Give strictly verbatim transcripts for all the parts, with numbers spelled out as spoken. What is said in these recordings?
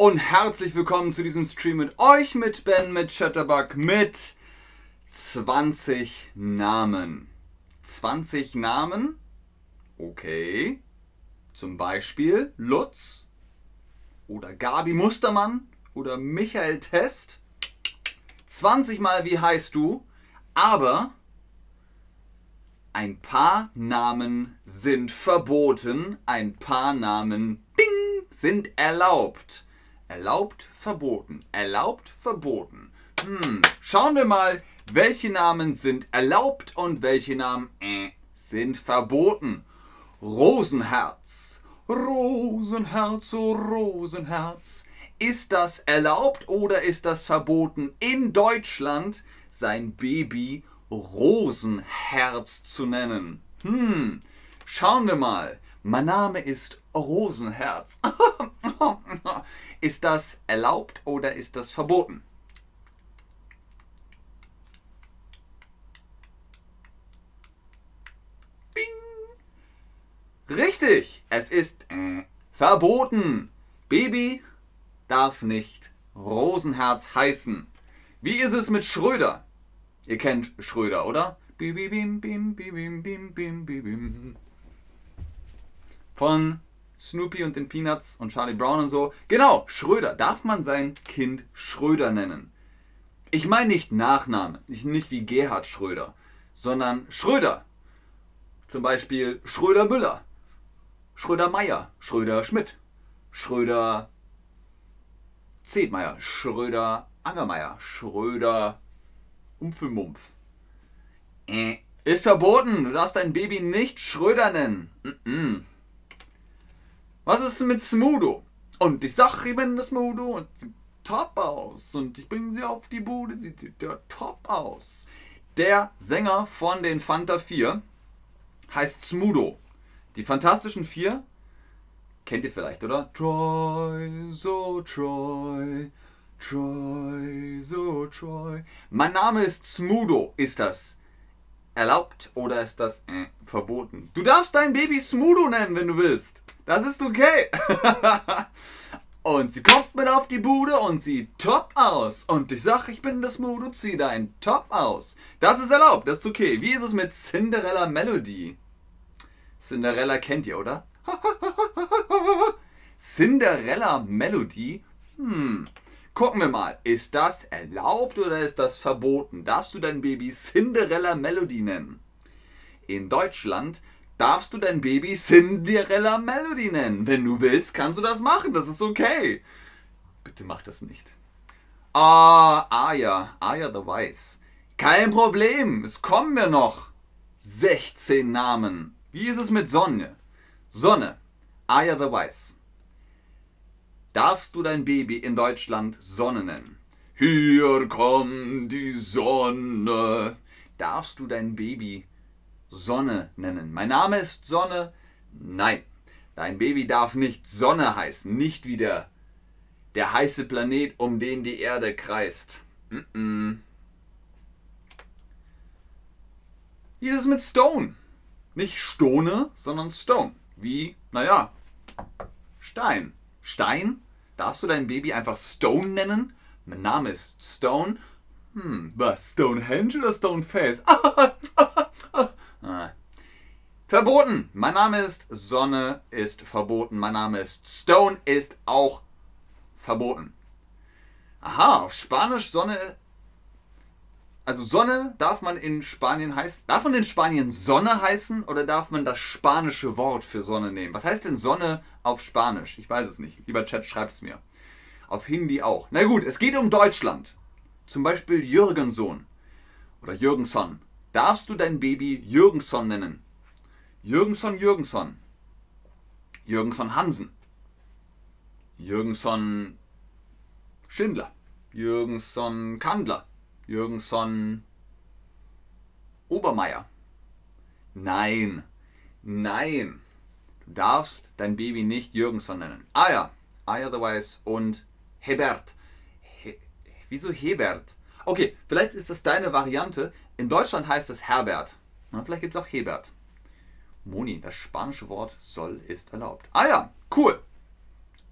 und herzlich willkommen zu diesem Stream mit euch, mit Ben, mit Chatterbug, mit zwanzig Namen. zwanzig Namen? Okay. Zum Beispiel Lutz oder Gabi Mustermann oder Michael Test. zwanzig Mal wie heißt du, aber ein paar Namen sind verboten, ein paar Namen ding, sind erlaubt. Erlaubt, verboten, erlaubt, verboten. Hm, schauen wir mal, welche Namen sind erlaubt und welche Namen äh, sind verboten. Rosenherz, Rosenherz, oh Rosenherz. Ist das erlaubt oder ist das verboten, in Deutschland sein Baby Rosenherz zu nennen? Hm, schauen wir mal. Mein Name ist Rosenherz. Ist das erlaubt oder ist das verboten? Bing. Richtig, es ist äh, verboten. Baby darf nicht Rosenherz heißen. Wie ist es mit Schröder? Ihr kennt Schröder, oder? Von Snoopy und den Peanuts und Charlie Brown und so. Genau, Schröder. Darf man sein Kind Schröder nennen? Ich meine nicht Nachname, nicht wie Gerhard Schröder, sondern Schröder. Zum Beispiel Schröder Müller, Schröder Meier, Schröder Schmidt, Schröder Zedmeier, Schröder Angermeier, Schröder Umpfelmumpf. Äh, ist verboten. Du darfst dein Baby nicht Schröder nennen. Mm-mm. Was ist mit Smudo? Und ich sag, ich bin das Smudo und sieht top aus. Und ich bringe sie auf die Bude, sie sieht ja top aus. Der Sänger von den Fanta vier heißt Smudo. Die Fantastischen Vier kennt ihr vielleicht, oder? Troy, so Troy, Troy, so Troy. Mein Name ist Smudo. Ist das erlaubt oder ist das äh, verboten? Du darfst dein Baby Smudo nennen, wenn du willst. Das ist okay. Und sie kommt mit auf die Bude und sieht top aus. Und ich sag, ich bin das Smudo, zieh dein Top aus. Das ist erlaubt, das ist okay. Wie ist es mit Cinderella Melody? Cinderella kennt ihr, oder? Cinderella Melody? Hm. Gucken wir mal, ist das erlaubt oder ist das verboten? Darfst du dein Baby Cinderella Melody nennen? In Deutschland darfst du dein Baby Cinderella Melody nennen. Wenn du willst, kannst du das machen, das ist okay. Bitte mach das nicht. Ah, Aya, Aya the Wise. Kein Problem, es kommen mir noch sechzehn Namen. Wie ist es mit Sonne? Sonne, Aya the Wise. Darfst du dein Baby in Deutschland Sonne nennen? Hier kommt die Sonne. Darfst du dein Baby Sonne nennen? Mein Name ist Sonne. Nein, dein Baby darf nicht Sonne heißen. Nicht wie der, der heiße Planet, um den die Erde kreist. Mm-mm. Wie ist es mit Stone? Nicht Stone, sondern Stone. Wie, naja, Stein. Stein? Darfst du dein Baby einfach Stone nennen? Mein Name ist Stone. Hm, was? Stonehenge oder Stoneface? Ah, ah, ah, ah. Verboten. Mein Name ist Sonne, ist verboten. Mein Name ist Stone, ist auch verboten. Aha, auf Spanisch Sonne. Also Sonne darf man in Spanien heißen. Darf man in Spanien Sonne heißen oder darf man das spanische Wort für Sonne nehmen? Was heißt denn Sonne auf Spanisch? Ich weiß es nicht. Lieber Chat, schreibt es mir. Auf Hindi auch. Na gut, es geht um Deutschland. Zum Beispiel Jürgensohn oder Jürgenson. Darfst du dein Baby Jürgenson nennen? Jürgenson, Jürgenson. Jürgenson Hansen. Jürgenson Schindler. Jürgenson Kandler. Jürgenson Obermeier. Nein, nein. Du darfst dein Baby nicht Jürgenson nennen. Ah ja, Aya the Wise und Hebert. He, wieso Hebert? Okay, vielleicht ist das deine Variante. In Deutschland heißt es Herbert. Na, vielleicht gibt es auch Hebert. Moni, das spanische Wort soll ist erlaubt. Ah ja, cool.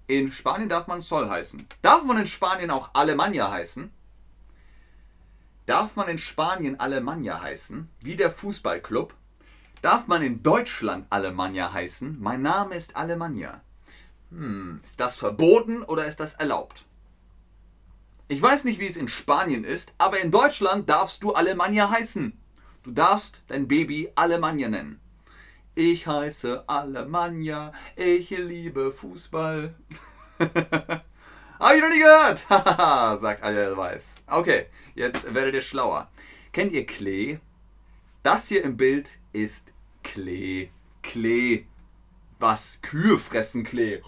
In Spanien darf man Sol heißen. Darf man in Spanien auch Alemannia heißen? Darf man in Spanien Alemannia heißen? Wie der Fußballclub? Darf man in Deutschland Alemannia heißen? Mein Name ist Alemannia. Hm, ist das verboten oder ist das erlaubt? Ich weiß nicht, wie es in Spanien ist, aber in Deutschland darfst du Alemannia heißen. Du darfst dein Baby Alemannia nennen. Ich heiße Alemannia, ich liebe Fußball. Hab ich noch nie gehört. Sagt Alter Weiß. Okay, jetzt werdet ihr schlauer. Kennt ihr Klee? Das hier im Bild ist Klee. Klee. Was? Kühe fressen Klee.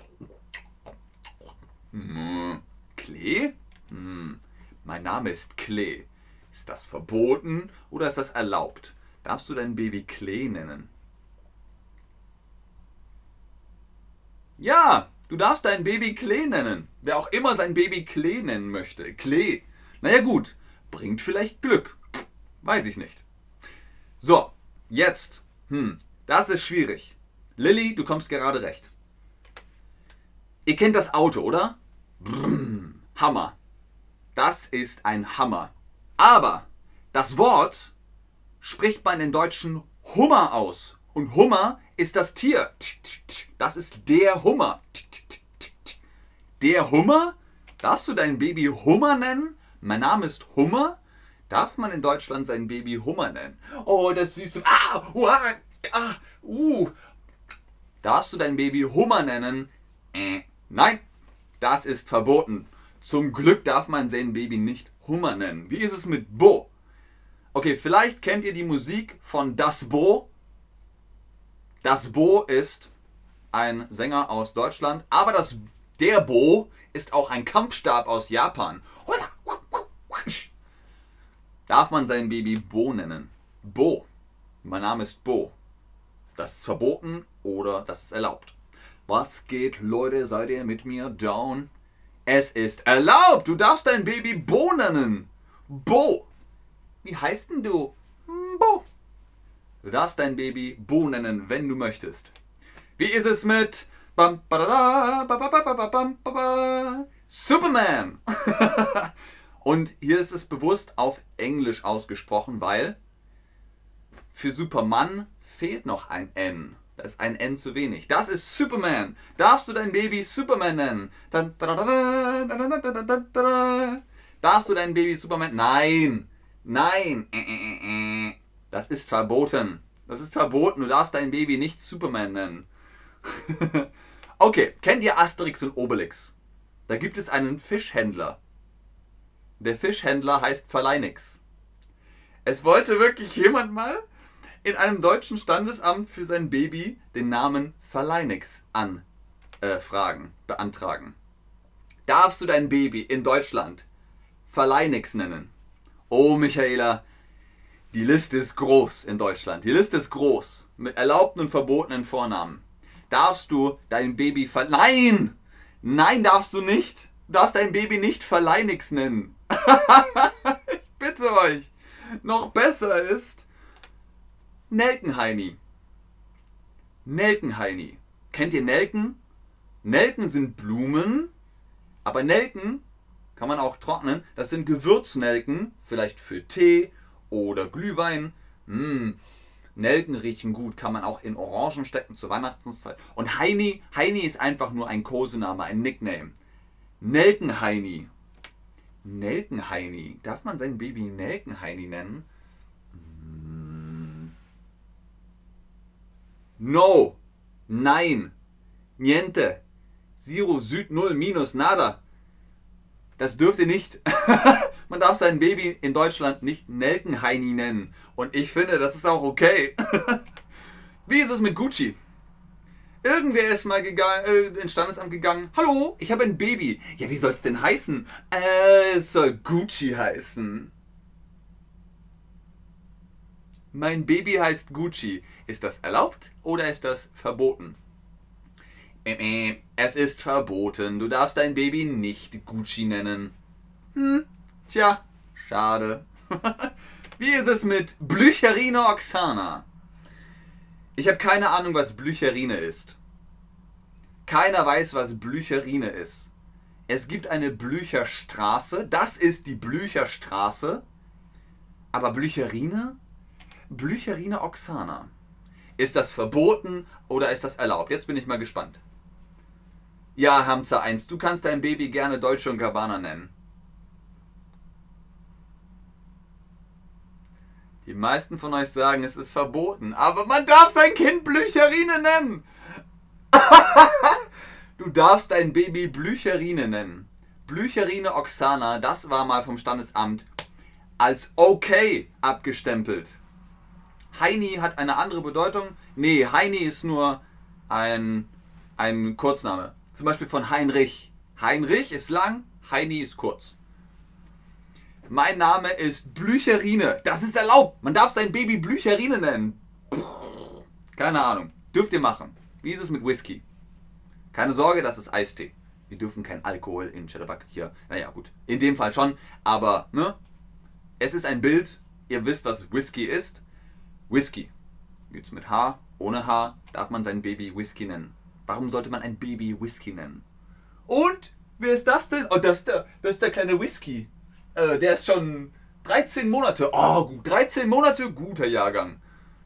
Hm. Klee? Hm. Mein Name ist Klee. Ist das verboten oder ist das erlaubt? Darfst du dein Baby Klee nennen? Ja, du darfst dein Baby Klee nennen. Wer auch immer sein Baby Klee nennen möchte. Klee. Naja gut, bringt vielleicht Glück. Weiß ich nicht. So, jetzt. Hm, das ist schwierig. Lilly, du kommst gerade recht. Ihr kennt das Auto, oder? Brrr, Hammer. Das ist ein Hammer. Aber das Wort spricht man in Deutschen Hummer aus. Und Hummer ist das Tier. Das ist der Hummer. Der Hummer? Darfst du dein Baby Hummer nennen? Mein Name ist Hummer. Darf man in Deutschland sein Baby Hummer nennen? Oh, das süße... Ah, uh, ah, uh. Darfst du dein Baby Hummer nennen? Äh, nein, das ist verboten. Zum Glück darf man sein Baby nicht Hummer nennen. Wie ist es mit Bo? Okay, vielleicht kennt ihr die Musik von Das Bo. Das Bo ist ein Sänger aus Deutschland, aber das, der Bo ist auch ein Kampfstab aus Japan. Darf man sein Baby Bo nennen? Bo. Mein Name ist Bo. Das ist verboten oder das ist erlaubt. Was geht, Leute? Seid ihr mit mir down? Es ist erlaubt. Du darfst dein Baby Bo nennen. Bo. Wie heißt denn du? Bo. Du darfst dein Baby Bo nennen, wenn du möchtest. Wie ist es mit Superman? Und hier ist es bewusst auf Englisch ausgesprochen, weil für Superman fehlt noch ein N. Da ist ein N zu wenig. Das ist Superman. Darfst du dein Baby Superman nennen? Darfst du dein Baby Superman? Nein. Nein. Das ist verboten. Das ist verboten. Du darfst dein Baby nicht Superman nennen. Okay, kennt ihr Asterix und Obelix? Da gibt es einen Fischhändler. Der Fischhändler heißt Verleinix. Es wollte wirklich jemand mal in einem deutschen Standesamt für sein Baby den Namen Verleinix anfragen, äh, beantragen. Darfst du dein Baby in Deutschland Verleinix nennen? Oh, Michaela, die Liste ist groß in Deutschland. Die Liste ist groß mit erlaubten und verbotenen Vornamen. Darfst du dein Baby ver... Nein! Nein, darfst du nicht. Du darfst dein Baby nicht Verleinix nennen. Ich bitte euch. Noch besser ist Nelkenheini. Nelkenheini. Kennt ihr Nelken? Nelken sind Blumen, aber Nelken kann man auch trocknen. Das sind Gewürznelken, vielleicht für Tee oder Glühwein. Mmh. Nelken riechen gut, kann man auch in Orangen stecken zur Weihnachtszeit. Und Heini, Heini ist einfach nur ein Kosename, ein Nickname. Nelkenheini. Nelkenheini. Darf man sein Baby Nelkenheini nennen? No. Nein. Niente. Zero, Süd, Null, Minus, Nada. Das dürft ihr nicht. Man darf sein Baby in Deutschland nicht Nelkenheini nennen. Und ich finde, das ist auch okay. Wie ist es mit Gucci? Irgendwer ist mal gegangen, äh, ins Standesamt gegangen. Hallo, ich habe ein Baby. Ja, wie soll es denn heißen? Äh, es soll Gucci heißen. Mein Baby heißt Gucci. Ist das erlaubt oder ist das verboten? Äh, äh, es ist verboten. Du darfst dein Baby nicht Gucci nennen. Hm, tja, schade. Wie ist es mit Blücherine Oksana? Ich habe keine Ahnung, was Blücherine ist. Keiner weiß, was Blücherine ist. Es gibt eine Blücherstraße, das ist die Blücherstraße. Aber Blücherine? Blücherine Oksana. Ist das verboten oder ist das erlaubt? Jetzt bin ich mal gespannt. Ja, Hamza eins, du kannst dein Baby gerne Dolce und Gabbana nennen. Die meisten von euch sagen, es ist verboten, aber man darf sein Kind Blücherine nennen. Du darfst dein Baby Blücherine nennen. Blücherine Oksana, das war mal vom Standesamt als okay abgestempelt. Heini hat eine andere Bedeutung. Nee, Heini ist nur ein, ein Kurzname. Zum Beispiel von Heinrich. Heinrich ist lang, Heini ist kurz. Mein Name ist Blücherine. Das ist erlaubt. Man darf sein Baby Blücherine nennen. Keine Ahnung. Dürft ihr machen. Wie ist es mit Whisky? Keine Sorge, das ist Eistee. Wir dürfen kein Alkohol in Chatterbug hier. Naja, gut. In dem Fall schon. Aber, ne? Es ist ein Bild. Ihr wisst, was Whisky ist. Whisky. Jetzt mit H, ohne H, darf man sein Baby Whisky nennen. Warum sollte man ein Baby Whisky nennen? Und? Wer ist das denn? Oh, das ist der, das ist der kleine Whisky. Äh, der ist schon dreizehn Monate. Oh, gut. dreizehn Monate? Guter Jahrgang.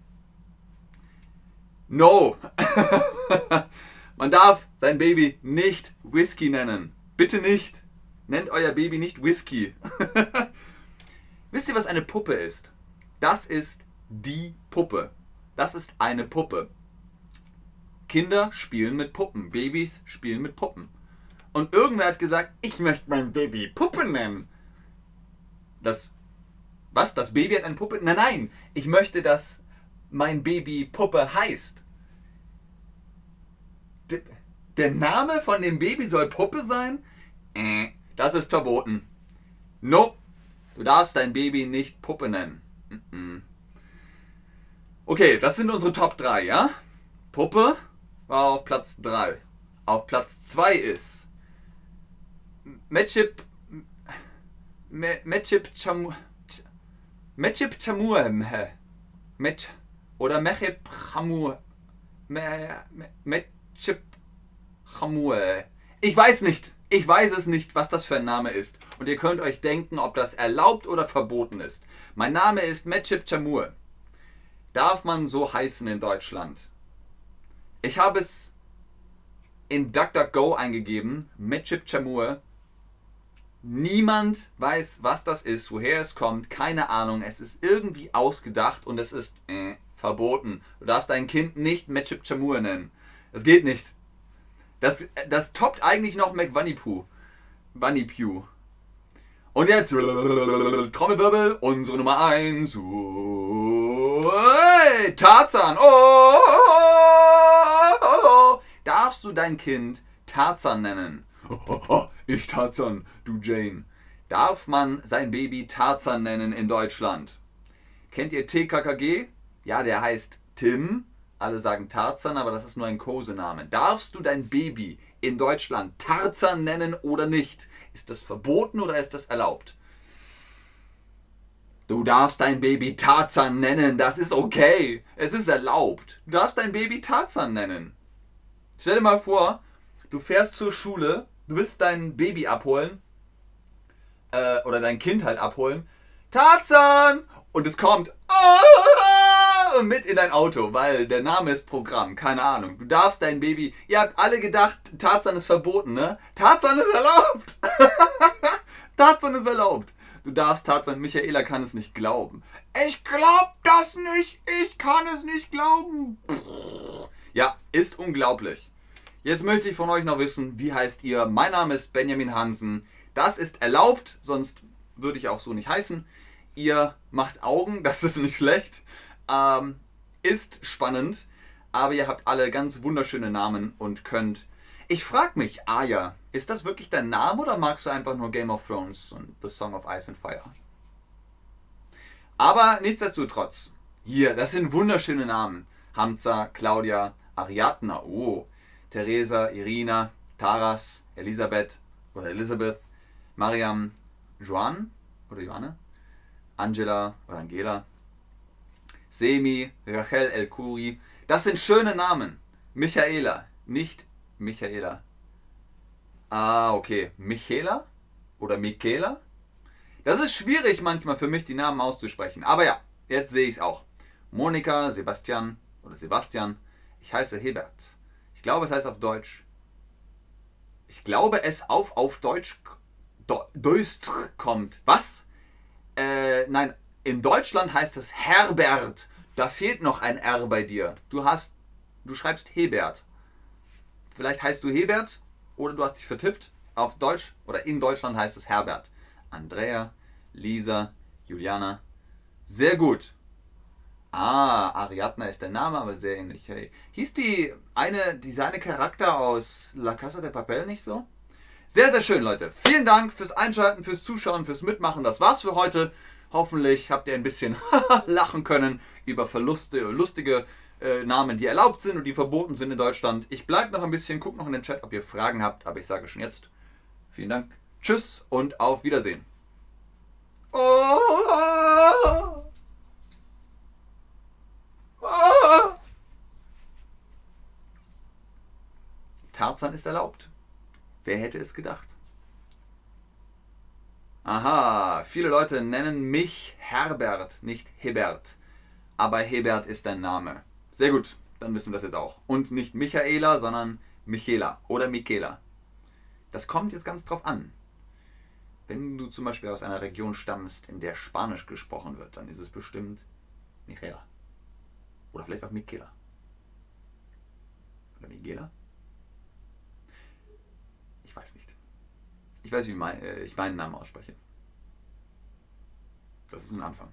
No. Man darf sein Baby nicht Whisky nennen. Bitte nicht. Nennt euer Baby nicht Whisky. Wisst ihr, was eine Puppe ist? Das ist die Puppe. Das ist eine Puppe. Kinder spielen mit Puppen. Babys spielen mit Puppen. Und irgendwer hat gesagt, ich möchte mein Baby Puppe nennen. Das, was? Das Baby hat eine Puppe? Nein, nein. Ich möchte, dass mein Baby Puppe heißt. Der Name von dem Baby soll Puppe sein? Das ist verboten. No. Du darfst dein Baby nicht Puppe nennen. Okay, das sind unsere Top drei, ja? Puppe war auf Platz drei. Auf Platz zwei ist Mechip Mechip Chamu Mechip Chamur Mech oder Mechip Chamur Mechip Chamur. Ich weiß nicht. Ich weiß es nicht, was das für ein Name ist. Und ihr könnt euch denken, ob das erlaubt oder verboten ist. Mein Name ist Mechip Chamur. Darf man so heißen in Deutschland? Ich habe es in DuckDuckGo eingegeben. Mechip Chamur. Niemand weiß, was das ist, woher es kommt. Keine Ahnung. Es ist irgendwie ausgedacht und es ist äh, verboten. Du darfst dein Kind nicht Mechip Chamur nennen. Das geht nicht. Das, das toppt eigentlich noch McWunnyPoo. Wunnypew. Und jetzt Trommelwirbel, unsere Nummer eins. Hey, Tarzan. Oh, oh, oh, oh. Darfst du dein Kind Tarzan nennen? Oh, oh, oh. Ich Tarzan, du Jane. Darf man sein Baby Tarzan nennen in Deutschland? Kennt ihr T K K G? Ja, der heißt Tim. Alle sagen Tarzan, aber das ist nur ein Kosename. Darfst du dein Baby in Deutschland Tarzan nennen oder nicht? Ist das verboten oder ist das erlaubt? Du darfst dein Baby Tarzan nennen, das ist okay. Es ist erlaubt. Du darfst dein Baby Tarzan nennen. Stell dir mal vor, du fährst zur Schule, du willst dein Baby abholen, äh, oder dein Kind halt abholen. Tarzan! Und es kommt oh, mit in dein Auto, weil der Name ist Programm, keine Ahnung. Du darfst dein Baby, ihr habt alle gedacht, Tarzan ist verboten, ne? Tarzan ist erlaubt! Tarzan ist erlaubt. Du darfst Tarzan, Michaela kann es nicht glauben. Ich glaub das nicht, ich kann es nicht glauben. Ja, ist unglaublich. Jetzt möchte ich von euch noch wissen, wie heißt ihr? Mein Name ist Benjamin Hansen. Das ist erlaubt, sonst würde ich auch so nicht heißen. Ihr macht Augen, das ist nicht schlecht. Ähm, ist spannend, aber ihr habt alle ganz wunderschöne Namen und könnt... Ich frage mich, Aya, ist das wirklich dein Name oder magst du einfach nur Game of Thrones und The Song of Ice and Fire? Aber nichtsdestotrotz, hier, das sind wunderschöne Namen. Hamza, Claudia, Ariadna, oh, Theresa, Irina, Taras, Elisabeth oder Elizabeth, Mariam, Joan oder Joanne, Angela oder Angela, Semi, Rachel El Khoury. Das sind schöne Namen. Michaela, nicht Michaela. Ah, okay. Michaela? Oder Michaela? Das ist schwierig manchmal für mich, die Namen auszusprechen. Aber ja, jetzt sehe ich es auch. Monika, Sebastian oder Sebastian. Ich heiße Hebert. Ich glaube, es heißt auf Deutsch. Ich glaube, es auf, auf Deutsch Deutsch kommt. Was? Äh, nein, in Deutschland heißt es Herbert. Da fehlt noch ein R bei dir. Du hast, du schreibst Hebert. Vielleicht heißt du Hebert oder du hast dich vertippt. Auf Deutsch oder in Deutschland heißt es Herbert. Andrea, Lisa, Juliana. Sehr gut. Ah, Ariadna ist der Name, aber sehr ähnlich. Hey. Hieß die eine, dieser eine Charakter aus La Casa de Papel nicht so? Sehr, sehr schön, Leute. Vielen Dank fürs Einschalten, fürs Zuschauen, fürs Mitmachen. Das war's für heute. Hoffentlich habt ihr ein bisschen lachen können über Verluste, lustige äh, Namen, die erlaubt sind und die verboten sind in Deutschland. Ich bleibe noch ein bisschen, guckt noch in den Chat, ob ihr Fragen habt. Aber ich sage schon jetzt, vielen Dank. Tschüss und auf Wiedersehen. Oh. Oh. Tarzan ist erlaubt. Wer hätte es gedacht? Aha, viele Leute nennen mich Herbert, nicht Hebert. Aber Hebert ist dein Name. Sehr gut, dann wissen wir das jetzt auch. Und nicht Michaela, sondern Michaela oder Michaela. Das kommt jetzt ganz drauf an. Wenn du zum Beispiel aus einer Region stammst, in der Spanisch gesprochen wird, dann ist es bestimmt Michaela. Oder vielleicht auch Michaela. Oder Michaela? Ich weiß nicht. Ich weiß, wie mein, äh, ich meinen Namen ausspreche. Das ist ein Anfang.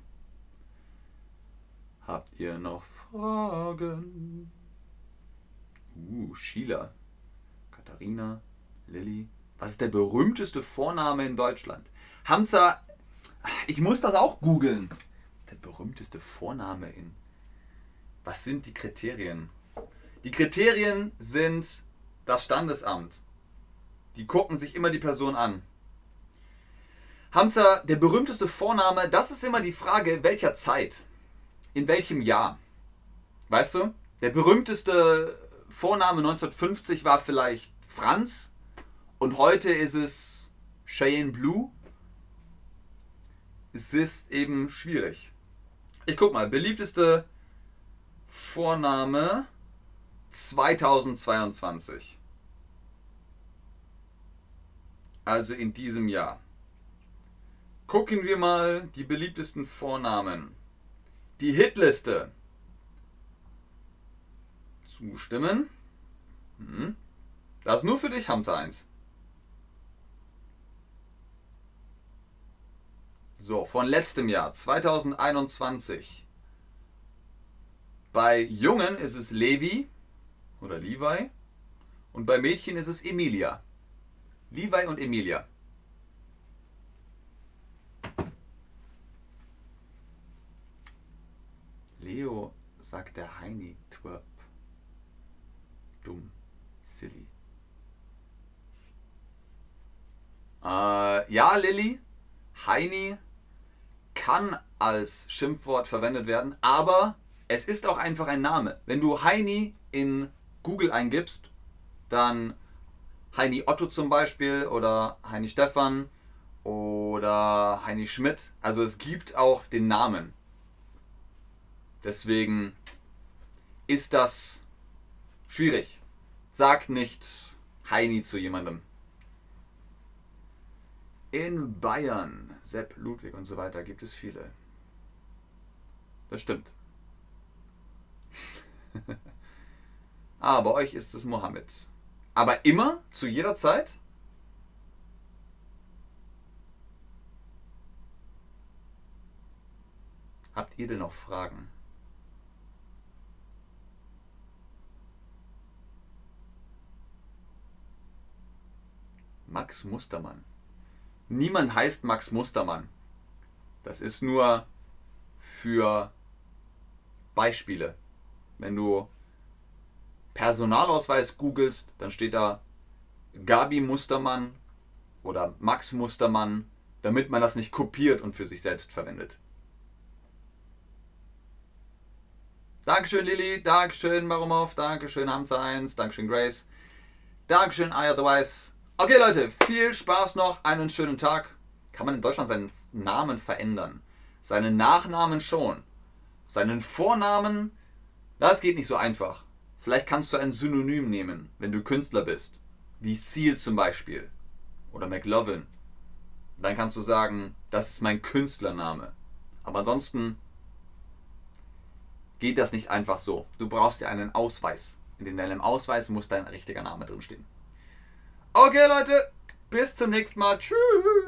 Habt ihr noch Fragen? Uh, Sheila. Katharina. Lilly. Was ist der berühmteste Vorname in Deutschland? Hamza, ich muss das auch googeln. Was ist der berühmteste Vorname in... Was sind die Kriterien? Die Kriterien sind das Standesamt. Die gucken sich immer die Person an. Hamza, der berühmteste Vorname, das ist immer die Frage, welcher Zeit? In welchem Jahr? Weißt du? Der berühmteste Vorname neunzehnhundertfünfzig war vielleicht Franz. Und heute ist es Cheyenne Blue. Es ist eben schwierig. Ich guck mal, beliebteste Vorname zweitausendzweiundzwanzig. Also in diesem Jahr. Gucken wir mal die beliebtesten Vornamen. Die Hitliste. Zustimmen. Hm. Das ist nur für dich, Hamza eins. So, von letztem Jahr, zweitausendeinundzwanzig. Bei Jungen ist es Levi oder Levi und bei Mädchen ist es Emilia. Levi und Emilia. Leo sagt der Heini Twerp. Dumm. Silly. Äh, ja, Lilly. Heini kann als Schimpfwort verwendet werden, aber es ist auch einfach ein Name. Wenn du Heini in Google eingibst, dann Heini Otto zum Beispiel oder Heini Stefan oder Heini Schmidt. Also es gibt auch den Namen. Deswegen ist das schwierig. Sag nicht Heini zu jemandem. In Bayern, Sepp, Ludwig und so weiter gibt es viele. Das stimmt. Ah, bei euch ist es Mohammed. Aber immer, zu jeder Zeit? Habt ihr denn noch Fragen? Max Mustermann. Niemand heißt Max Mustermann. Das ist nur für Beispiele. Wenn du Personalausweis googelst, dann steht da Gabi Mustermann oder Max Mustermann, damit man das nicht kopiert und für sich selbst verwendet. Dankeschön Lilly, Dankeschön Marumov, Dankeschön Hamza eins, Dankeschön Grace. Dankeschön, I otherwise. Okay, Leute, viel Spaß noch, einen schönen Tag. Kann man in Deutschland seinen Namen verändern? Seinen Nachnamen schon. Seinen Vornamen, das geht nicht so einfach. Vielleicht kannst du ein Synonym nehmen, wenn du Künstler bist. Wie Seal zum Beispiel. Oder McLovin. Dann kannst du sagen, das ist mein Künstlername. Aber ansonsten geht das nicht einfach so. Du brauchst ja einen Ausweis. In deinem Ausweis muss dein richtiger Name drinstehen. Okay, Leute, bis zum nächsten Mal. Tschüss.